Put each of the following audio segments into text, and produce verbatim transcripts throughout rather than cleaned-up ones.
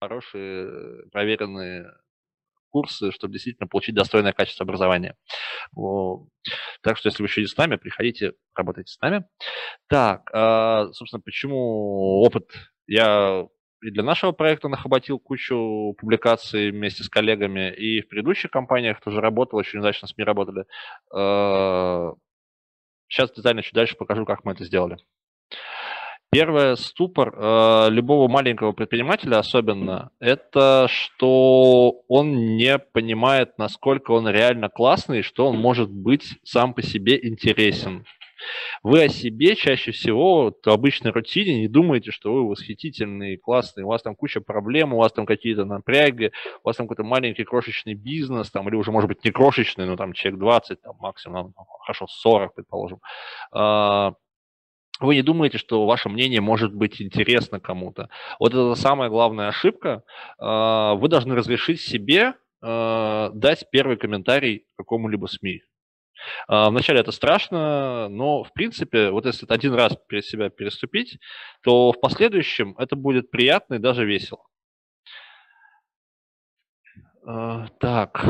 хорошие проверенные курсы, чтобы действительно получить достойное качество образования. О, так что, если вы еще не с нами, приходите, работайте с нами. Так, а, собственно, почему опыт? Я и для нашего проекта нахоботил кучу публикаций вместе с коллегами, и в предыдущих компаниях тоже работал, очень удачно с СМИ работали. Сейчас детально чуть дальше покажу, как мы это сделали. Первое, ступор э, любого маленького предпринимателя особенно, это что он не понимает, насколько он реально классный, что он может быть сам по себе интересен. Вы о себе чаще всего вот, в обычной рутине не думаете, что вы восхитительный, классный, у вас там куча проблем, у вас там какие-то напряги, у вас там какой-то маленький крошечный бизнес, там, или уже, может быть, не крошечный, но там человек двадцать, там, максимум, ну, хорошо, сорок, предположим. Вы не думаете, что ваше мнение может быть интересно кому-то. Вот это самая главная ошибка. Вы должны разрешить себе дать первый комментарий какому-либо СМИ. Вначале это страшно, но, в принципе, вот если один раз перед себя переступить, то в последующем это будет приятно и даже весело. Так,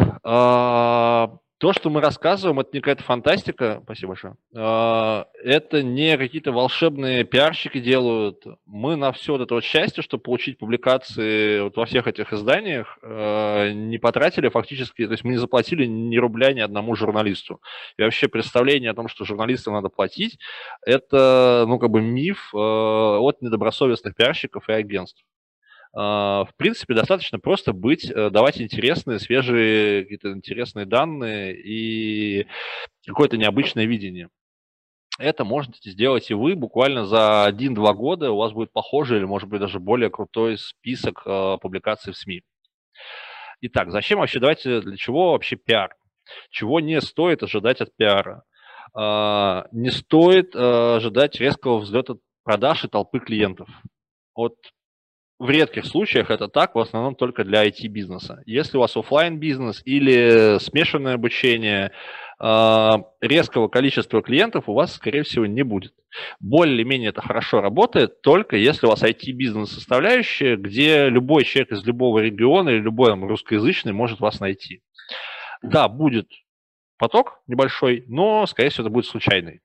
то, что мы рассказываем, это не какая-то фантастика, спасибо большое, это не какие-то волшебные пиарщики делают. Мы на все вот это вот счастье, чтобы получить публикации вот во всех этих изданиях, не потратили фактически, то есть мы не заплатили ни рубля ни одному журналисту. И вообще представление о том, что журналистам надо платить, это, ну, как бы миф от недобросовестных пиарщиков и агентств. В принципе, достаточно просто быть, давать интересные, свежие, какие-то интересные данные и какое-то необычное видение. Это можете сделать и вы буквально за один-два года. У вас будет похожий или, может быть, даже более крутой список публикаций в СМИ. Итак, зачем вообще, давайте, для чего вообще пиар? Чего не стоит ожидать от пиара? Не стоит ожидать резкого взлета продаж и толпы клиентов. Вот в редких случаях это так, в основном только для ай ти-бизнеса. Если у вас офлайн бизнес или смешанное обучение, резкого количества клиентов у вас, скорее всего, не будет. Более-менее это хорошо работает, только если у вас ай ти-бизнес составляющая, где любой человек из любого региона или любой там, русскоязычный может вас найти. Да, будет поток небольшой, но, скорее всего, это будет случайный.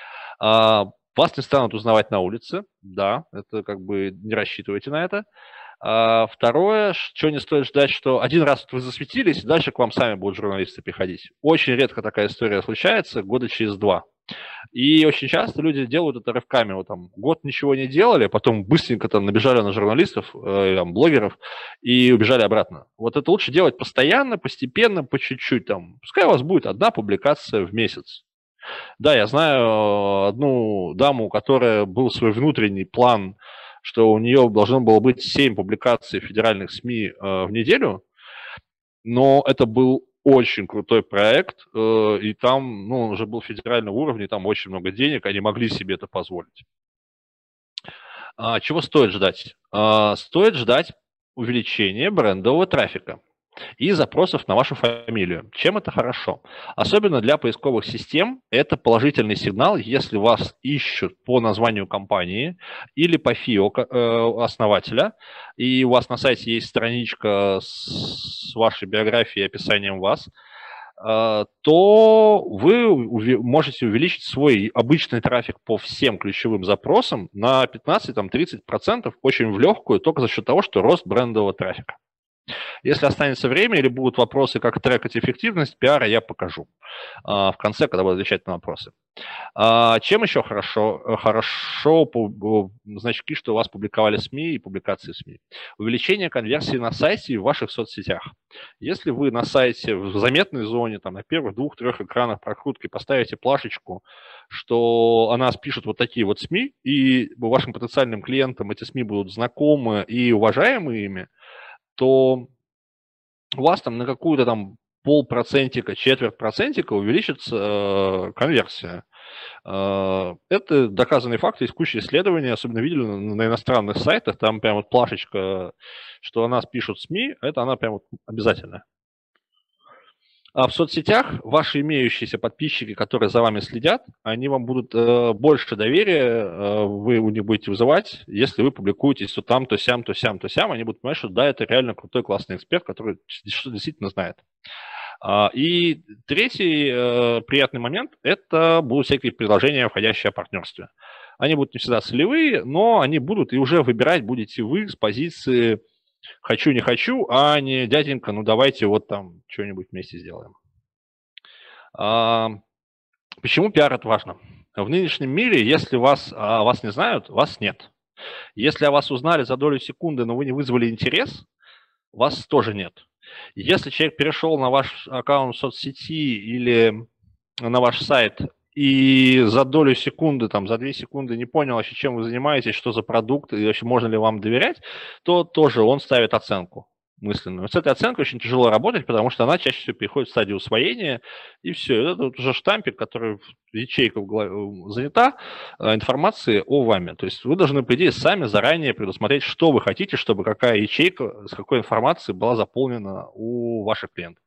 Вас не станут узнавать на улице, да, это как бы не рассчитывайте на это. А второе, что не стоит ждать, что один раз вы засветились, дальше к вам сами будут журналисты приходить. Очень редко такая история случается, года через два. И очень часто люди делают это рывками. Вот там год ничего не делали, потом быстренько там набежали на журналистов, э, там, блогеров и убежали обратно. Вот это лучше делать постоянно, постепенно, по чуть-чуть. Там. Пускай у вас будет одна публикация в месяц. Да, я знаю одну даму, у которой был свой внутренний план, что у нее должно было быть семь публикаций в федеральных СМИ э, в неделю, но это был очень крутой проект, э, и там, ну, он уже был федерального уровня, там очень много денег, они могли себе это позволить. А, чего стоит ждать? А, стоит ждать увеличения брендового трафика и запросов на вашу фамилию. Чем это хорошо? Особенно для поисковых систем это положительный сигнал, если вас ищут по названию компании или по ФИО основателя, и у вас на сайте есть страничка с вашей биографией и описанием вас, то вы можете увеличить свой обычный трафик по всем ключевым запросам на пятнадцать-тридцать процентов очень в легкую, только за счет того, что рост брендового трафика. Если останется время или будут вопросы, как трекать эффективность пиара, я покажу в конце, когда буду отвечать на вопросы. Чем еще хорошо? Хорошо значки, что у вас публиковали СМИ и публикации в СМИ. Увеличение конверсии на сайте и в ваших соцсетях. Если вы на сайте в заметной зоне, там, на первых двух-трех экранах прокрутки поставите плашечку, что о нас пишут вот такие вот СМИ, и вашим потенциальным клиентам эти СМИ будут знакомы и уважаемы ими, то у вас там на какую-то там полпроцентика, четверть процентика увеличится э, конверсия. Э, это доказанный факт, есть куча исследований, особенно видели на, на иностранных сайтах, там прям вот плашечка, что о нас пишут СМИ, это она прям вот обязательная. А в соцсетях ваши имеющиеся подписчики, которые за вами следят, они вам будут э, больше доверия, э, вы у них будете вызывать, если вы публикуетесь то там, то сям, то сям, то сям, они будут понимать, что да, это реально крутой, классный эксперт, который что действительно знает. А, и третий э, приятный момент – это будут всякие предложения, входящие о партнерстве. Они будут не всегда целевые, но они будут, и уже выбирать будете вы с позиции «хочу, не хочу», а не «дяденька, ну давайте вот там что-нибудь вместе сделаем». А, почему пиар это важно? В нынешнем мире, если вас, а, вас не знают, вас нет. Если о вас узнали за долю секунды, но вы не вызвали интерес, вас тоже нет. Если человек перешел на ваш аккаунт в соцсети или на ваш сайт и за долю секунды, там, за две секунды не понял вообще, чем вы занимаетесь, что за продукт, и вообще можно ли вам доверять, то тоже он ставит оценку мысленную. С этой оценкой очень тяжело работать, потому что она чаще всего переходит в стадию усвоения, и все. Это вот уже штампик, который в ячейка в голове занята информацией о вами. То есть вы должны, по идее, сами заранее предусмотреть, что вы хотите, чтобы какая ячейка с какой информацией была заполнена у ваших клиентов.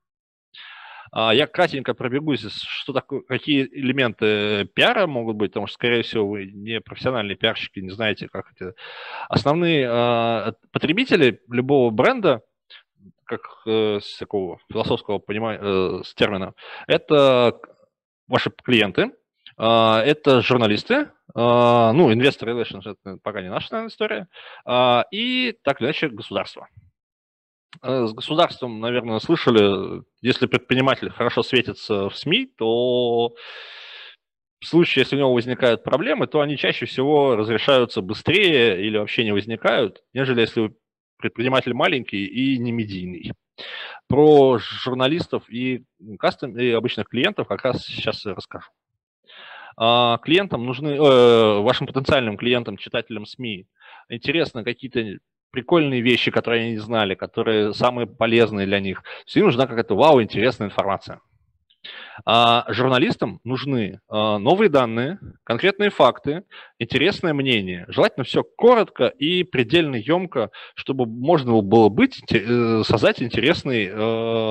Я кратенько пробегусь, что такое, какие элементы пиара могут быть, потому что, скорее всего, вы не профессиональные пиарщики, не знаете, как это. Основные э, потребители любого бренда, как э, с такого философского понимания, э, с термина, это ваши клиенты, э, это журналисты, э, ну, investor relations, это пока не наша, наверное, история, э, и так или иначе государство. С государством, наверное, слышали, если предприниматель хорошо светится в СМИ, то в случае, если у него возникают проблемы, то они чаще всего разрешаются быстрее или вообще не возникают, нежели если вы предприниматель маленький и не медийный. Про журналистов и, кастом, и обычных клиентов как раз сейчас расскажу. Клиентам нужны, э, вашим потенциальным клиентам, читателям СМИ, интересны какие-то прикольные вещи, которые они не знали, которые самые полезные для них. Им нужна какая-то вау, интересная информация. А журналистам нужны а, новые данные, конкретные факты, интересное мнение. Желательно все коротко и предельно емко, чтобы можно было быть, создать интересный э,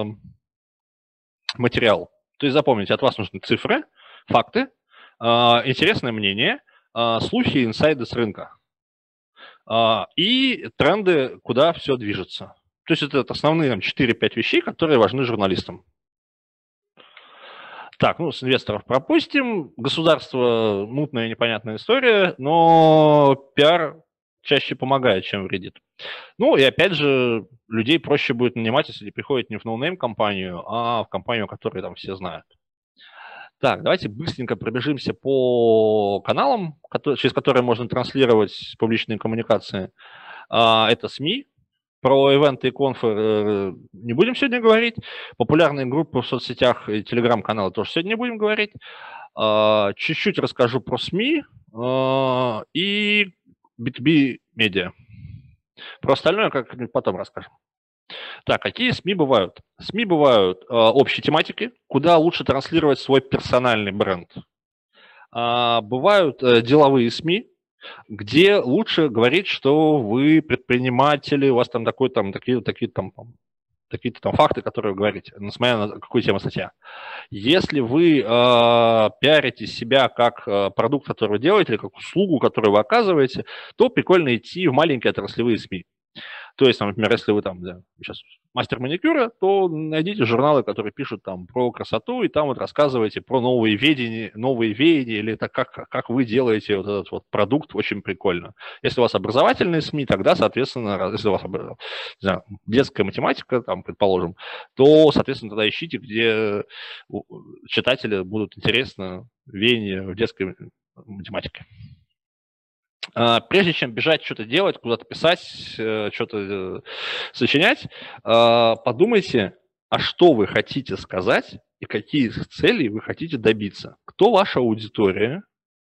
материал. То есть запомните, от вас нужны цифры, факты, э, интересное мнение, э, слухи, инсайды с рынка. И тренды, куда все движется. То есть это основные там, четыре-пять вещей, которые важны журналистам. Так, ну, с инвесторов пропустим. Государство – мутная, непонятная история, но пиар чаще помогает, чем вредит. Ну, и опять же, людей проще будет нанимать, если приходят не в ноунейм-компанию, а в компанию, которую там все знают. Так, давайте быстренько пробежимся по каналам, через которые можно транслировать публичные коммуникации. Это СМИ. Про ивенты и конфы не будем сегодня говорить. Популярные группы в соцсетях и телеграм-каналы тоже сегодня не будем говорить. Чуть-чуть расскажу про СМИ и би ту би медиа. Про остальное как-нибудь потом расскажем. Так, какие СМИ бывают? СМИ бывают э, общей тематики, куда лучше транслировать свой персональный бренд. А, бывают э, деловые СМИ, где лучше говорить, что вы предприниматели, у вас там такой там такие такие там такие-то там факты, которые вы говорите, несмотря на какую тему статья. Если вы э, пиарите себя как э, продукт, который вы делаете, или как услугу, которую вы оказываете, то прикольно идти в маленькие отраслевые СМИ. То есть, например, если вы там да, сейчас мастер маникюра, то найдите журналы, которые пишут там про красоту, и там вот рассказываете про новые веяния, новые веяния, или это как, как вы делаете вот этот вот продукт, очень прикольно. Если у вас образовательные СМИ, тогда, соответственно, если у вас не знаю, детская математика, там, предположим, то, соответственно, тогда ищите, где читатели будут интересны веяния в детской математике. Прежде чем бежать, что-то делать, куда-то писать, что-то сочинять, подумайте, а что вы хотите сказать и какие целей вы хотите добиться. Кто ваша аудитория,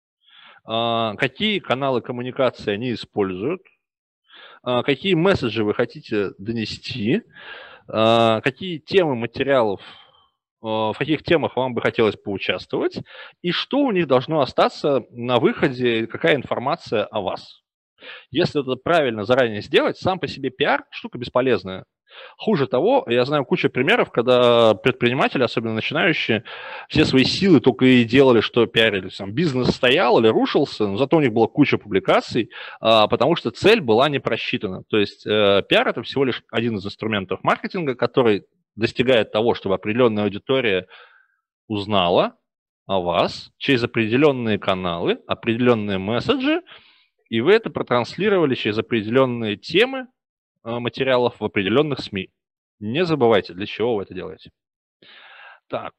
какие каналы коммуникации они используют, какие месседжи вы хотите донести, какие темы материалов, в каких темах вам бы хотелось поучаствовать, и что у них должно остаться на выходе, какая информация о вас. Если это правильно заранее сделать, сам по себе пиар – штука бесполезная. Хуже того, я знаю кучу примеров, когда предприниматели, особенно начинающие, все свои силы только и делали, что пиарились. Там бизнес стоял или рушился, но зато у них была куча публикаций, а, потому что цель была не просчитана. То есть э, пиар – это всего лишь один из инструментов маркетинга, который достигает того, чтобы определенная аудитория узнала о вас через определенные каналы, определенные месседжи, и вы это протранслировали через определенные темы материалов в определенных СМИ. Не забывайте, для чего вы это делаете. Так.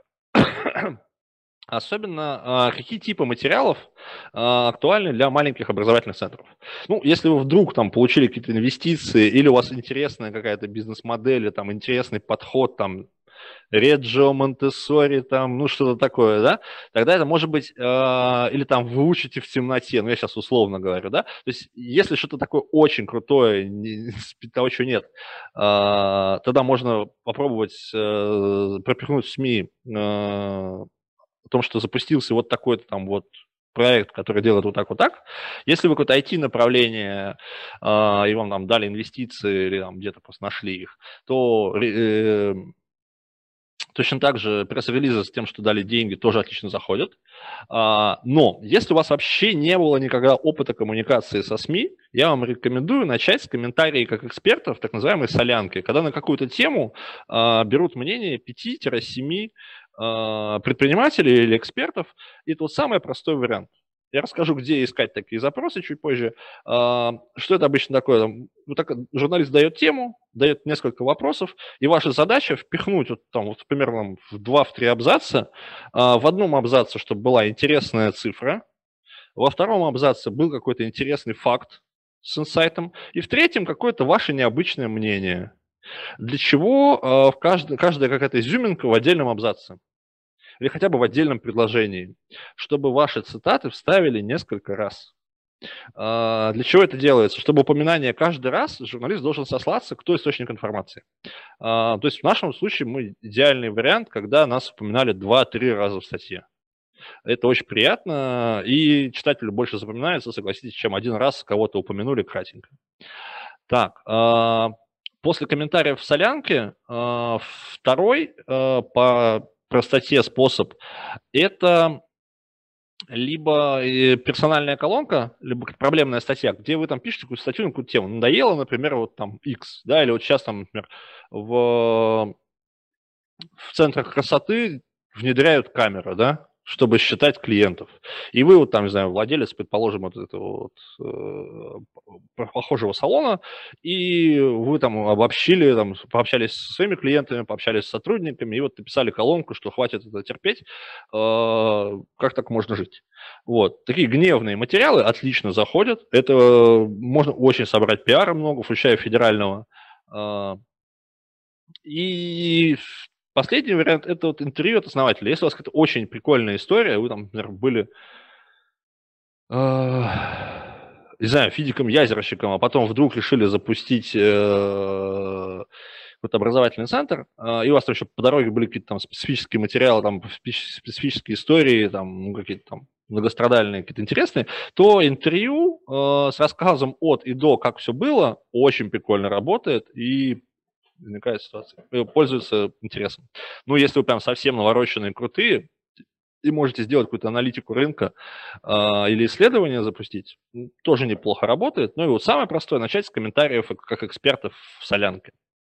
Особенно какие типы материалов актуальны для маленьких образовательных центров. Ну, если вы вдруг там получили какие-то инвестиции, или у вас интересная какая-то бизнес-модель, или там интересный подход, там, Реджио, Монтессори, там, ну, что-то такое, да, тогда это может быть, э, или там вы учите в темноте, ну, я сейчас условно говорю, да, то есть если что-то такое очень крутое, не, того, чего нет, э, тогда можно попробовать э, пропихнуть в СМИ э, о том, что запустился вот такой-то там вот проект, который делает вот так, вот так. Если вы какое-то ай ти-направление, э, и вам там дали инвестиции, или там где-то просто нашли их, то... Э, Точно так же пресс-релизы с тем, что дали деньги, тоже отлично заходят. Но если у вас вообще не было никогда опыта коммуникации со СМИ, я вам рекомендую начать с комментариев как экспертов, так называемой солянки, когда на какую-то тему берут мнение пяти-семи предпринимателей или экспертов, и это вот самый простой вариант. Я расскажу, где искать такие запросы чуть позже. Что это обычно такое? Вот так, журналист дает тему, дает несколько вопросов, и ваша задача впихнуть вот, там, вот, примерно в два-три абзаца. В одном абзаце, чтобы была интересная цифра, во втором абзаце был какой-то интересный факт с инсайтом, и в третьем какое-то ваше необычное мнение. Для чего каждая, каждая какая-то изюминка в отдельном абзаце? Или хотя бы в отдельном предложении, чтобы ваши цитаты вставили несколько раз. Для чего это делается? Чтобы упоминание каждый раз журналист должен сослаться, кто источник информации. То есть в нашем случае мы идеальный вариант, когда нас упоминали два-три раза в статье. Это очень приятно, и читателю больше запоминается, согласитесь, чем один раз кого-то упомянули кратенько. Так, после комментариев в солянке второй по простоте способ – это либо персональная колонка, либо проблемная статья, где вы там пишете какую-то статью на какую-то тему. Надоело, например, вот там X, да, или вот сейчас там, например, в, в центрах красоты внедряют камеры, да, чтобы считать клиентов. И вы вот там, не знаю, владелец, предположим, вот этого вот, э, похожего салона, и вы там обобщили, там, пообщались со своими клиентами, пообщались с сотрудниками, и вот написали колонку, что хватит это терпеть, э, как так можно жить. Вот. Такие гневные материалы отлично заходят, это можно очень собрать пиара много, включая федерального. Э, и последний вариант – это вот интервью от основателя. Если у вас какая-то очень прикольная история, вы там, например, были, э, не знаю, физиком-язерщиком, а потом вдруг решили запустить э, какой-то образовательный центр, э, и у вас там еще по дороге были какие-то там специфические материалы, там специфические истории, там ну, какие-то там многострадальные, какие-то интересные, то интервью э, с рассказом от и до, как все было, очень прикольно работает, и возникает ситуация, пользуются интересом. Ну, если вы прям совсем навороченные, крутые, и можете сделать какую-то аналитику рынка э, или исследование запустить, тоже неплохо работает. Ну и вот самое простое, начать с комментариев как экспертов в солянке.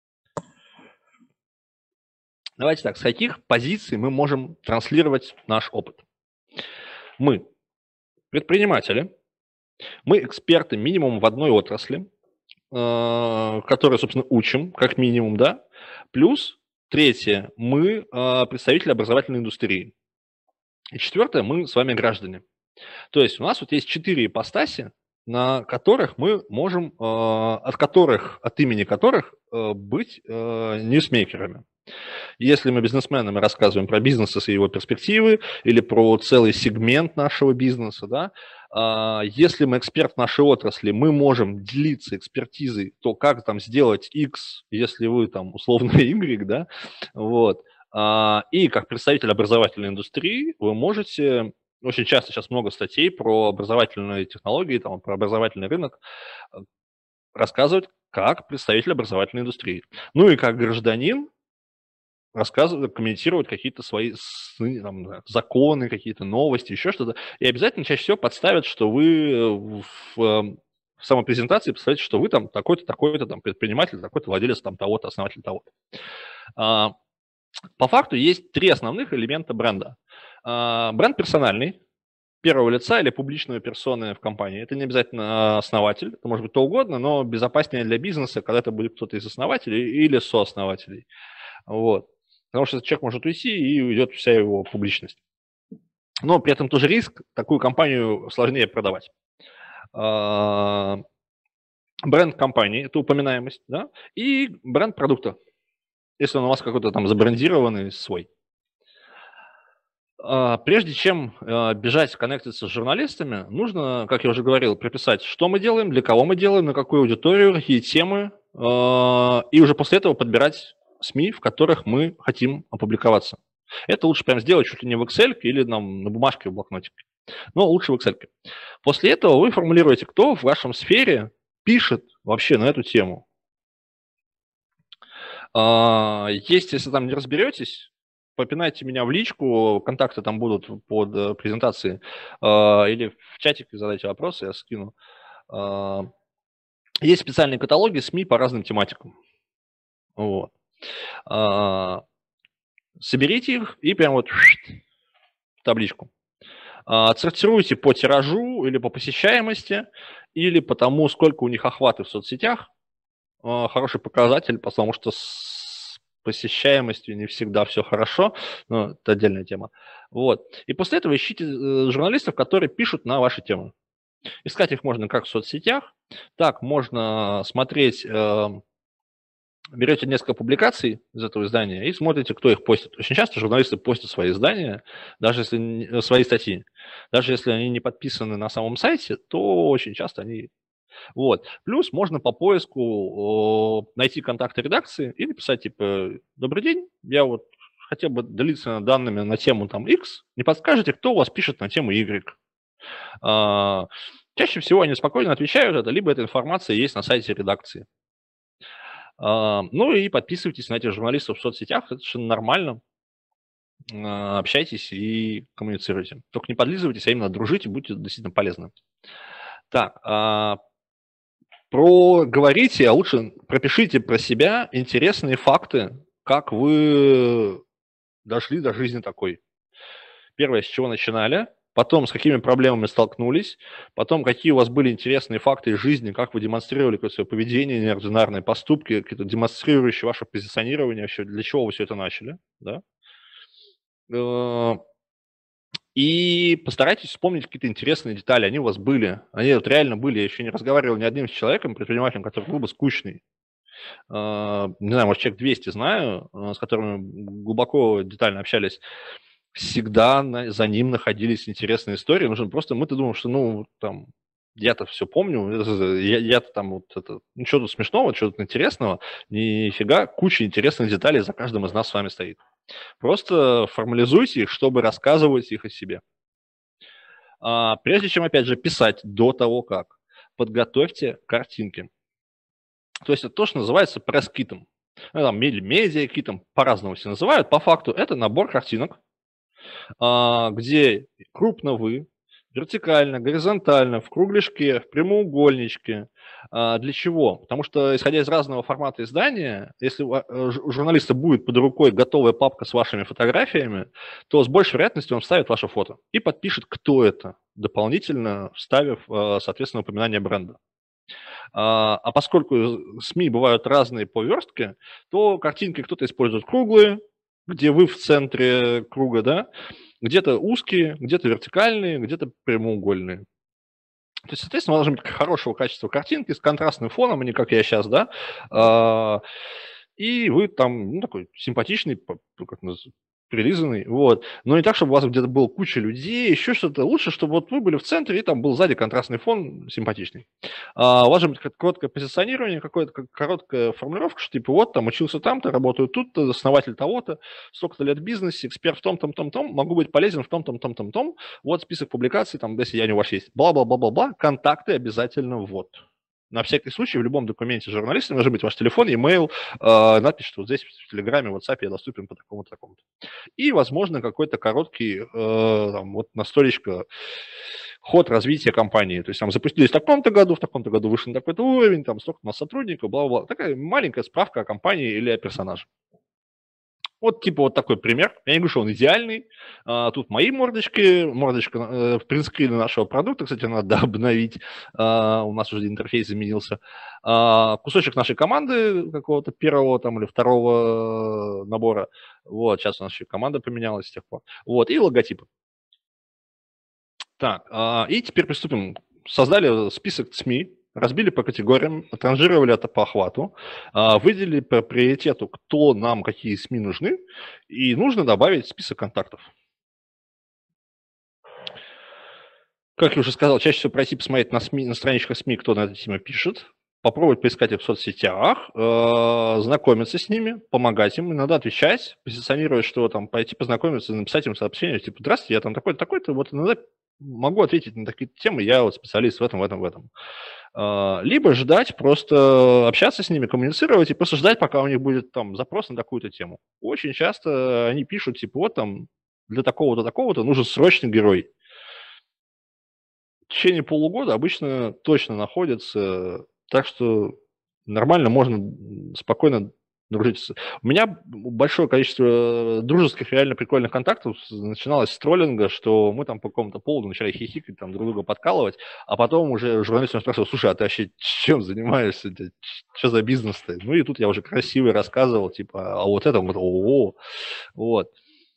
Давайте так, с каких позиций мы можем транслировать наш опыт? Мы предприниматели, мы эксперты минимум в одной отрасли, которые, собственно, учим, как минимум, да. Плюс, третье, мы представители образовательной индустрии. И четвертое, мы с вами граждане. То есть у нас вот есть четыре ипостаси, на которых мы можем, от которых, от имени которых быть ньюсмейкерами. Если мы бизнесмены, мы рассказываем про бизнес и его перспективы, или про целый сегмент нашего бизнеса, да. Если мы эксперт в нашей отрасли, мы можем делиться экспертизой, то как там сделать X, если вы там условно Y, да, вот. И как представитель образовательной индустрии вы можете, очень часто сейчас много статей про образовательные технологии, там, про образовательный рынок, рассказывать как представитель образовательной индустрии. Ну и как гражданин рассказывать, комментировать какие-то свои там, законы, какие-то новости, еще что-то. И обязательно чаще всего подставят, что вы в, в самой презентации представляете, что вы там такой-то, такой-то там предприниматель, такой-то владелец там того-то, основатель того-то. А, по факту есть три основных элемента бренда. А, бренд персональный, первого лица или публичной персоны в компании. Это не обязательно основатель, это может быть кто угодно, но безопаснее для бизнеса, когда это будет кто-то из основателей или сооснователей. Вот. Потому что человек может уйти, и уйдет вся его публичность. Но при этом тоже риск, такую компанию сложнее продавать. Бренд компании – это упоминаемость, да? И бренд продукта, если он у вас какой-то там забрендированный свой. Прежде чем бежать коннектиться с журналистами, нужно, как я уже говорил, прописать, что мы делаем, для кого мы делаем, на какую аудиторию, какие темы, и уже после этого подбирать СМИ, в которых мы хотим опубликоваться. Это лучше прям сделать чуть ли не в Excel или нам на бумажке в блокнотике, но лучше в Excel. После этого вы формулируете, кто в вашем сфере пишет вообще на эту тему. Есть, если там не разберетесь, попинайте меня в личку, контакты там будут под презентацией, или в чатике задайте вопросы, я скину. Есть специальные каталоги СМИ по разным тематикам. Вот. Соберите их и прям вот в табличку. Отсортируйте по тиражу или по посещаемости, или по тому, сколько у них охваты в соцсетях. Хороший показатель, потому что с посещаемостью не всегда все хорошо, но это отдельная тема. Вот. И после этого ищите журналистов, которые пишут на ваши темы. Искать их можно как в соцсетях, так можно смотреть, берете несколько публикаций из этого издания и смотрите, кто их постит. Очень часто журналисты постят свои издания, даже если свои статьи. Даже если они не подписаны на самом сайте, то очень часто они... Вот. Плюс можно по поиску найти контакты редакции и написать, типа, добрый день, я вот хотел бы делиться данными на тему там X, не подскажете, кто у вас пишет на тему Y? А, чаще всего они спокойно отвечают это, либо эта информация есть на сайте редакции. А, ну и подписывайтесь на этих журналистов в соцсетях, это совершенно нормально. А, общайтесь и коммуницируйте. Только не подлизывайтесь, а именно дружите, будьте действительно полезны. Так, а, проговорите, а лучше пропишите про себя интересные факты, как вы дошли до жизни такой. Первое, с чего начинали, потом с какими проблемами столкнулись, потом какие у вас были интересные факты из жизни, как вы демонстрировали какое-то свое поведение, неординарные поступки, какие-то демонстрирующие ваше позиционирование, вообще, для чего вы все это начали, да? И постарайтесь вспомнить какие-то интересные детали, они у вас были, они вот реально были. Я еще не разговаривал ни одним человеком, предпринимателем, который был бы скучный. Не знаю, может, человек двести знаю, с которыми глубоко, детально общались. Всегда за ним находились интересные истории. Нужно просто, мы-то думаем, что, ну, там, я-то все помню, я, я-то там вот это, ну, что тут смешного, что тут интересного, нифига, куча интересных деталей за каждым из нас с вами стоит. Просто формализуйте их, чтобы рассказывать их о себе. А, прежде чем, опять же, писать до того, как, подготовьте картинки. То есть это то, что называется пресс-китом. Ну, там, медиа-китом, по-разному все называют. По факту это набор картинок, где крупно вы, вертикально, горизонтально, в кругляшке, в прямоугольничке. Для чего? Потому что, исходя из разного формата издания, если у журналиста будет под рукой готовая папка с вашими фотографиями, то с большей вероятностью он вставит ваше фото и подпишет, кто это, дополнительно вставив, соответственно, упоминание бренда. А поскольку СМИ бывают разные по верстке, то картинки кто-то использует круглые, где вы в центре круга, да, где-то узкие, где-то вертикальные, где-то прямоугольные. То есть, соответственно, должны быть хорошего качества картинки с контрастным фоном, а не как я сейчас, да, и вы там, ну, такой симпатичный, как прилизанный, вот. Но не так, чтобы у вас где-то было куча людей, еще что-то. Лучше, чтобы вот вы были в центре, и там был сзади контрастный фон симпатичный. А у вас же будет короткое позиционирование, какая-то короткая формулировка, что типа вот там учился там-то, работаю тут-то, основатель того-то, столько-то лет в бизнесе, эксперт в том-том, том-том, могу быть полезен в том-том, том-том, том. Вот список публикаций, там, если я не у вас есть, бла-бла-бла-бла-бла, контакты обязательно вот. На всякий случай в любом документе журналиста должен быть ваш телефон, e-mail, э, надпись, что вот здесь в Телеграме, в WhatsApp я доступен по такому-то, такому-то. И, возможно, какой-то короткий э, там, вот настолечко ход развития компании. То есть там запустились в таком-то году, в таком-то году вышли на такой-то уровень, там столько у нас сотрудников, бла-бла-бла. Такая маленькая справка о компании или о персонаже. Вот типа вот такой пример. Я не говорю, что он идеальный. А, тут мои мордочки, мордочка э, в принтскрине нашего продукта, кстати, надо обновить. А, у нас уже интерфейс изменился. А, кусочек нашей команды какого-то первого там или второго набора. Вот, сейчас у нас еще команда поменялась с тех пор. Вот, и логотипы. Так, а, и теперь приступим. Создали список СМИ, разбили по категориям, отранжировали это по охвату, выделили по приоритету, кто нам, какие СМИ нужны, и нужно добавить список контактов. Как я уже сказал, чаще всего пройти посмотреть на, СМИ, на страничках СМИ, кто на эту тему пишет, попробовать поискать их в соцсетях, э, знакомиться с ними, помогать им, иногда отвечать, позиционировать, что там, пойти познакомиться, написать им сообщение, типа, здравствуйте, я там такой-то, такой-то, вот иногда могу ответить на такие темы, я вот специалист в этом, в этом, в этом. Либо ждать, просто общаться с ними, коммуницировать и просто ждать, пока у них будет там запрос на такую-то тему. Очень часто они пишут, типа, вот там для такого-то, такого-то нужен срочный герой. В течение полугода обычно точно находится, так что нормально можно спокойно дружить. У меня большое количество дружеских, реально прикольных контактов начиналось с троллинга, что мы там по какому-то поводу начали хихикать, там друг друга подкалывать, а потом уже журналист меня спрашивал, слушай, а ты вообще чем занимаешься? Что за бизнес-то? Ну и тут я уже красиво рассказывал, типа, а вот это, вот, о, вот.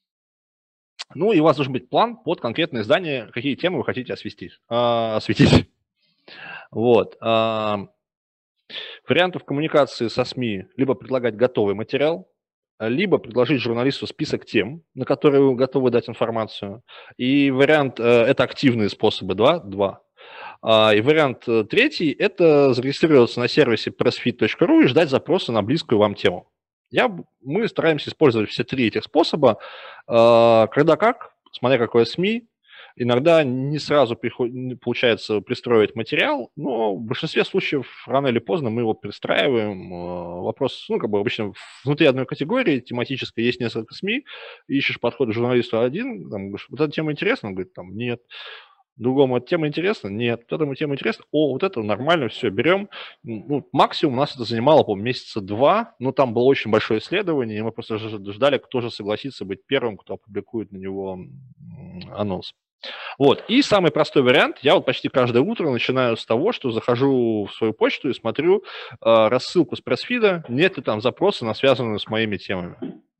Ну и у вас должен быть план под конкретное издание, какие темы вы хотите осветить. А, осветить. Вот. А, вариантов коммуникации со СМИ либо предлагать готовый материал, либо предложить журналисту список тем, на которые вы готовы дать информацию. И вариант, это активные способы, два, два. И вариант третий, это зарегистрироваться на сервисе pressfeed точка ру и ждать запроса на близкую вам тему. Я, мы стараемся использовать все три этих способа, когда как, смотря какое СМИ. Иногда не сразу приход... получается пристроить материал, но в большинстве случаев рано или поздно мы его пристраиваем. Вопрос, ну, как бы обычно внутри одной категории тематической есть несколько СМИ, ищешь подход к журналисту один, там, говоришь, вот эта тема интересна, он говорит, там, нет. Другому эта тема интересна? Нет. Вот этому тема интересна? О, вот это нормально, все, берем. Ну, максимум у нас это занимало, по-моему, месяца два, но там было очень большое исследование, и мы просто ждали, кто же согласится быть первым, кто опубликует на него анонс. Вот. И самый простой вариант, я вот почти каждое утро начинаю с того, что захожу в свою почту и смотрю э, рассылку с пресс-фида, нет ли там запроса, на связанную с моими темами.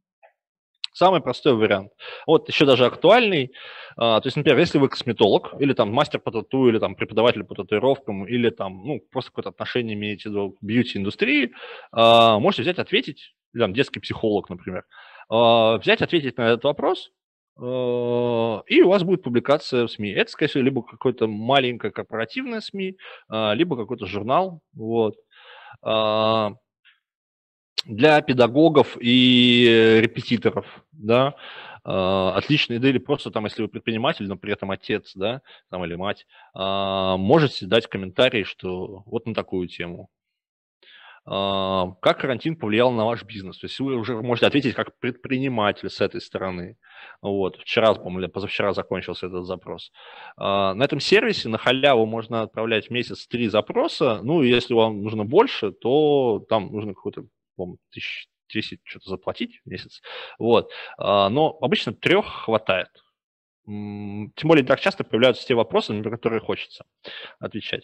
Самый простой вариант. Вот еще даже актуальный. То есть, например, если вы косметолог, или там мастер по тату, или там преподаватель по татуировкам, или там, ну, просто какое-то отношение имеете к бьюти-индустрии, можете взять, ответить, или там детский психолог, например, взять, ответить на этот вопрос, и у вас будет публикация в СМИ. Это, скорее всего, либо какое-то маленькое корпоративное СМИ, либо какой-то журнал. Вот. Для педагогов и репетиторов, да, отличная идея, или просто там, если вы предприниматель, но при этом отец, да, там, или мать, можете дать комментарий, что вот на такую тему. Как карантин повлиял на ваш бизнес? То есть вы уже можете ответить как предприниматель с этой стороны. Вот. Вчера, по-моему, или позавчера закончился этот запрос. На этом сервисе на халяву можно отправлять в месяц три запроса. Ну, если вам нужно больше, то там нужно какой-то, по-моему, тысяч десять что-то заплатить в месяц. Вот. Но обычно трех хватает. Тем более так часто появляются те вопросы, на которые хочется отвечать.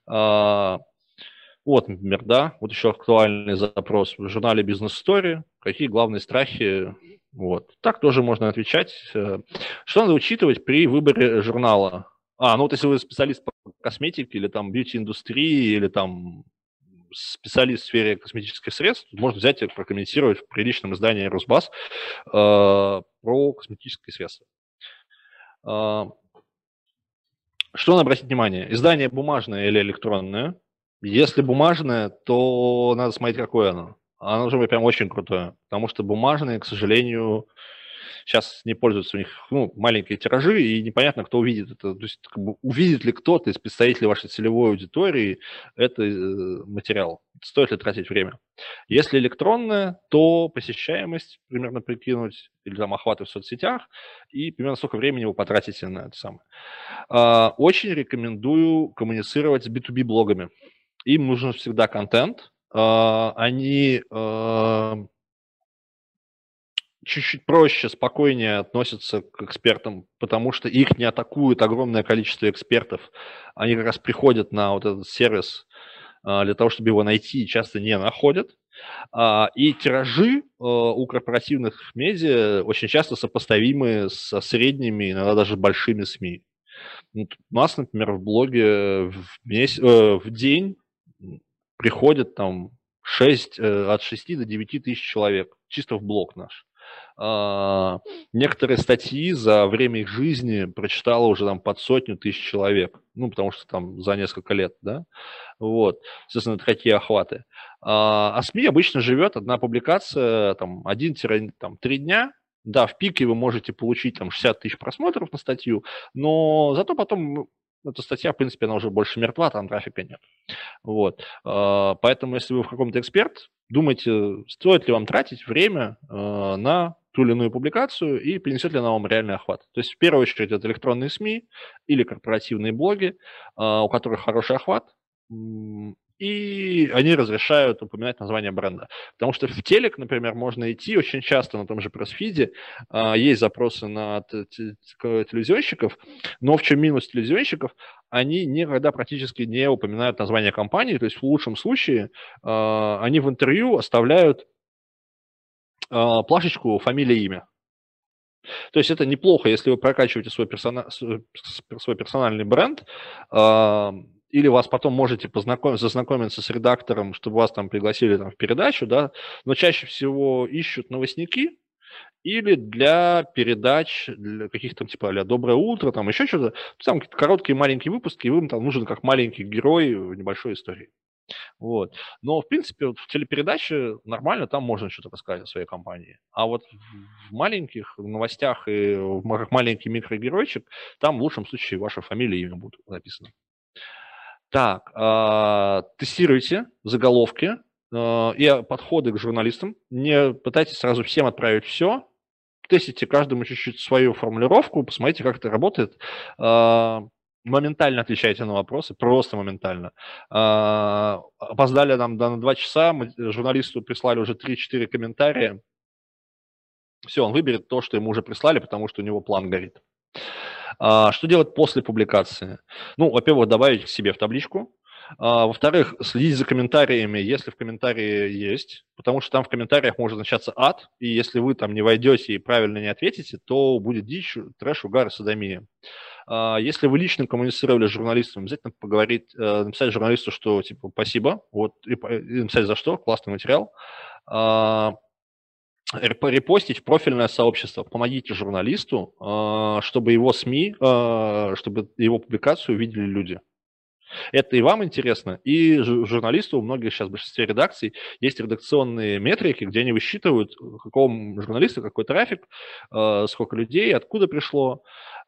Вот, например, да, вот еще актуальный запрос в журнале Business Story. Какие главные страхи? Вот. Так тоже можно отвечать. Что надо учитывать при выборе журнала? А, ну вот если вы специалист по косметике или там бьюти-индустрии, или там специалист в сфере косметических средств, можно взять и прокомментировать в приличном издании Росбас э, про косметические средства. Э, что надо обратить внимание? Издание бумажное или электронное? Если бумажное, то надо смотреть, какое оно. Оно должно быть прям очень крутое, потому что бумажное, к сожалению, Сейчас не пользуются у них ну, маленькие тиражи, и непонятно, кто увидит это. То есть, как бы, увидит ли кто-то из представителей вашей целевой аудитории это э, материал. Стоит ли тратить время? Если электронная, то посещаемость примерно прикинуть, или там охваты в соцсетях, и примерно сколько времени вы потратите на это самое. А, очень рекомендую коммуницировать с би ту би-блогами. Им нужен всегда контент. А, они... А, чуть-чуть проще, спокойнее относятся к экспертам, потому что их не атакует огромное количество экспертов. Они как раз приходят на вот этот сервис а, для того, чтобы его найти, и часто не находят. А, И тиражи а, у корпоративных медиа очень часто сопоставимы со средними, иногда даже большими СМИ. Вот у нас, например, в блоге в, месяц, э, в день приходит там шесть, э, от шести до девяти тысяч человек, чисто в блог наш. А, некоторые статьи за время их жизни прочитало уже там под сотню тысяч человек, ну, потому что там за несколько лет, да, вот, естественно, это какие охваты. А, а СМИ обычно живет одна публикация, там, один-три дня, да, в пике вы можете получить там шестьдесят тысяч просмотров на статью, но зато потом эта статья, в принципе, она уже больше мертва, там трафика нет. Вот. Поэтому, если вы в каком-то эксперт, думайте, стоит ли вам тратить время на ту или иную публикацию и принесет ли она вам реальный охват. То есть, в первую очередь, это электронные СМИ или корпоративные блоги, у которых хороший охват, и они разрешают упоминать название бренда. Потому что в телек, например, можно идти очень часто на том же пресс-фиде, есть запросы на телевизионщиков, но в чем минус телевизионщиков, они никогда практически не упоминают название компании, то есть в лучшем случае они в интервью оставляют плашечку фамилия, имя. То есть это неплохо, если вы прокачиваете свой, персона... свой персональный бренд, или вас потом можете познакомиться, зазнакомиться с редактором, чтобы вас там пригласили там, в передачу, да, но чаще всего ищут новостники или для передач, для каких-то типа а-ля «Доброе утро», там еще что-то, там короткие маленькие выпуски, и вам там нужен как маленький герой в небольшой истории. Вот. Но, в принципе, вот в телепередаче нормально, там можно что-то рассказать о своей компании. А вот в маленьких новостях и в как маленький микрогеройчик, там в лучшем случае ваша фамилия и имя будут написаны. Так, э, тестируйте заголовки э, и подходы к журналистам. Не пытайтесь сразу всем отправить все. Тестите каждому чуть-чуть свою формулировку, посмотрите, как это работает. Э, моментально отвечайте на вопросы, просто моментально. Э, опоздали нам да, на два часа, мы журналисту прислали уже три-четыре комментария. Все, он выберет то, что ему уже прислали, потому что у него план горит. А, что делать после публикации? Ну, во-первых, добавить к себе в табличку. А, во-вторых, следить за комментариями, если в комментарии есть, потому что там в комментариях может начаться ад, и если вы там не войдете и правильно не ответите, то будет дичь, трэш, угар и содомия. А, если вы лично коммуницировали с журналистом, обязательно поговорить, написать журналисту, что типа спасибо, вот, и написать за что, классный материал. Репостить в профильное сообщество. Помогите журналисту, чтобы его СМИ, чтобы его публикацию увидели люди. Это и вам интересно, и журналисту, у многих сейчас в большинстве редакций есть редакционные метрики, где они высчитывают, какому журналисту какой трафик, сколько людей, откуда пришло,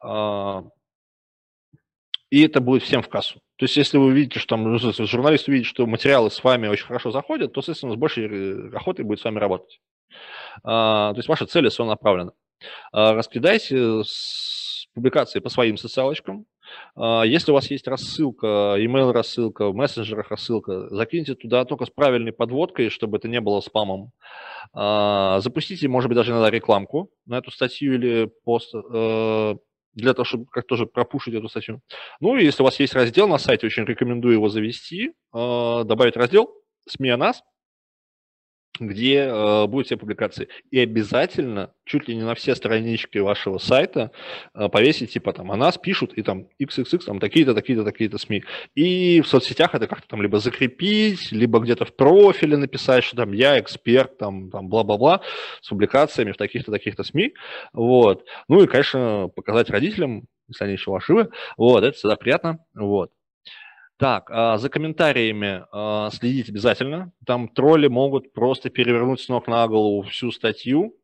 и это будет всем в кассу. То есть, если вы видите, что там журналист увидит, что материалы с вами очень хорошо заходят, то, соответственно, с большей охотой будет с вами работать. То есть ваша цель направлена. Раскидайте публикации по своим социалочкам. Если у вас есть рассылка, email рассылка, в мессенджерах рассылка, закиньте туда только с правильной подводкой, чтобы это не было спамом. Запустите, может быть, даже иногда рекламку на эту статью или пост, для того, чтобы как тоже пропушить эту статью. Ну и если у вас есть раздел на сайте, очень рекомендую его завести, добавить раздел «СМИ о нас», где э, будут все публикации. И обязательно, чуть ли не на все странички вашего сайта э, повесить, типа там, о нас пишут, и там икс икс икс, там такие-то, такие-то, такие-то СМИ. И в соцсетях это как-то там либо закрепить, либо где-то в профиле написать, что там я эксперт, там, там бла-бла-бла, с публикациями в таких-то, таких-то СМИ. Вот. Ну и, конечно, показать родителям, если они еще живы. Вот, это всегда приятно. Вот. Так, за комментариями следить обязательно. Там тролли могут просто перевернуть с ног на голову всю статью.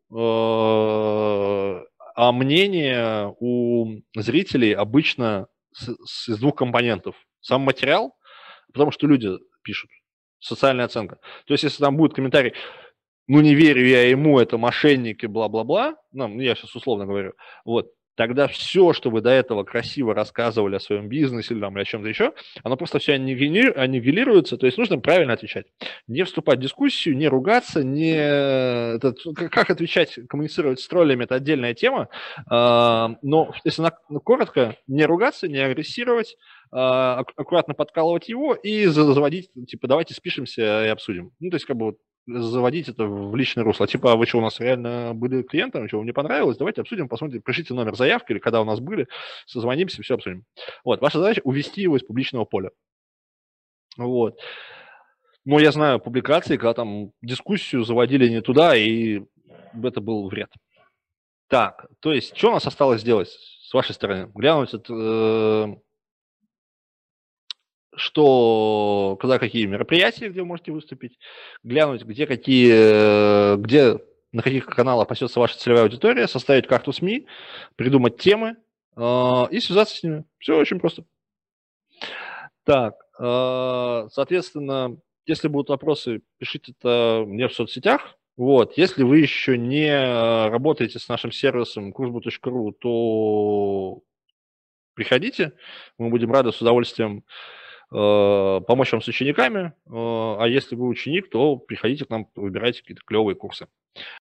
э, а мнение у зрителей обычно с с из двух компонентов: сам материал, потому что люди пишут, социальная оценка. То есть если там будет комментарий: "Ну, не верю я ему, это мошенники, бла-бла-бла". Ну, я сейчас условно говорю. Вот. Тогда все, что вы до этого красиво рассказывали о своем бизнесе или там или о чем то еще, оно просто всё аннигили аннигилируется. То есть нужно правильно отвечать. Не вступать в дискуссию, не ругаться, не этот к как отвечать, коммуницировать с троллями — это отдельная тема. А, но если на ну, коротко, не ругаться, не агрессировать, а, ак аккуратно подкалывать его и за заводить, типа: "Давайте спишемся и обсудим". Ну, то есть как бы вот заводить это в личное русло. Типа: "А вы чё, у нас реально были клиентами? Чё, вам не понравилось? Давайте обсудим, посмотрим, пришлите номер заявки или когда у нас были, созвонимся, всё обсудим". Вот. Ваша задача — увести его из публичного поля. Вот. Но я знаю публикации, когда там дискуссию заводили не туда, и это был вред. Так, то есть чё у нас осталось сделать с вашей стороны? Глянуть это, э что, когда какие мероприятия, где вы можете выступить, глянуть, где какие, э, где, на каких каналах пасется ваша целевая аудитория, составить карту СМИ, придумать темы, а, и связаться с ними. Всё очень просто. Так, а, соответственно, если будут вопросы, пишите это мне в соцсетях. Вот. Если вы еще не работаете с нашим сервисом курсбу точка ру, то приходите, мы будем рады с удовольствием, э, помочь вам с учениками. Э, а если вы ученик, то приходите к нам, выбирайте какие-то клевые курсы.